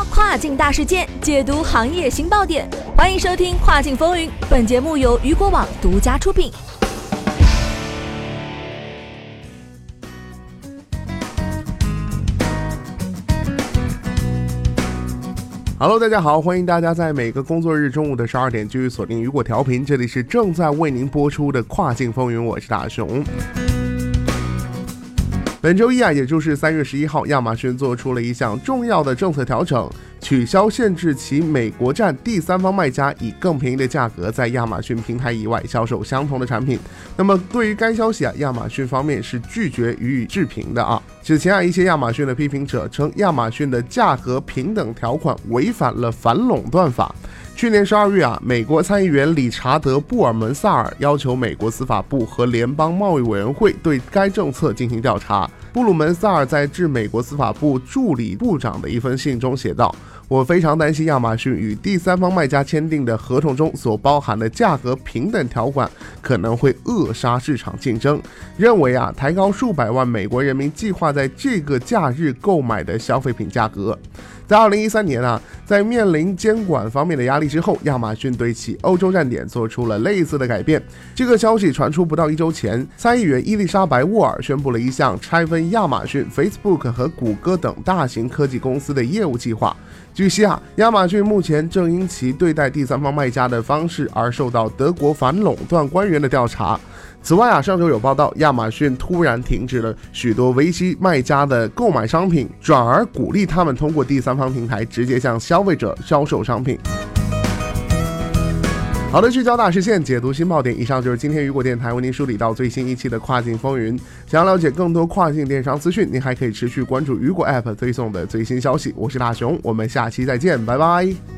焦跨境大事件，解读行业新爆点。欢迎收听《跨境风云》，本节目由雨果网独家出品。 Hello， 大家好，欢迎大家在每个工作日中午的12点继续锁定雨果调频，这里是正在为您播出的跨境风云，我是大熊。本周一也就是3月11号，亚马逊做出了一项重要的政策调整，取消限制其美国站第三方卖家以更便宜的价格在亚马逊平台以外销售相同的产品。那么对于该消息亚马逊方面是拒绝予以置评的。此前一些亚马逊的批评者称亚马逊的价格平等条款违反了反垄断法。去年12月美国参议员理查德·布尔门萨尔要求美国司法部和联邦贸易委员会对该政策进行调查。布鲁门萨尔在致美国司法部助理部长的一封信中写道：我非常担心亚马逊与第三方卖家签订的合同中所包含的价格平等条款可能会扼杀市场竞争，认为抬高数百万美国人民计划在这个假日购买的消费品价格。在2013年在面临监管方面的压力之后，亚马逊对其欧洲站点做出了类似的改变。这个消息传出不到1周前，参议员伊丽莎白·沃尔宣布了一项拆分亚马逊、Facebook 和谷歌等大型科技公司的业务计划。据悉亚马逊目前正因其对待第三方卖家的方式而受到德国反垄断官员的调查。此外上周有报道，亚马逊突然停止了许多维基卖家的购买商品，转而鼓励他们通过第三方平台直接向消费者销售商品。好的，聚焦大事件，解读新爆点。以上就是今天雨果电台为您梳理到最新一期的跨境风云。想要了解更多跨境电商资讯，您还可以持续关注雨果 App 推送的最新消息。我是大熊，我们下期再见，拜拜。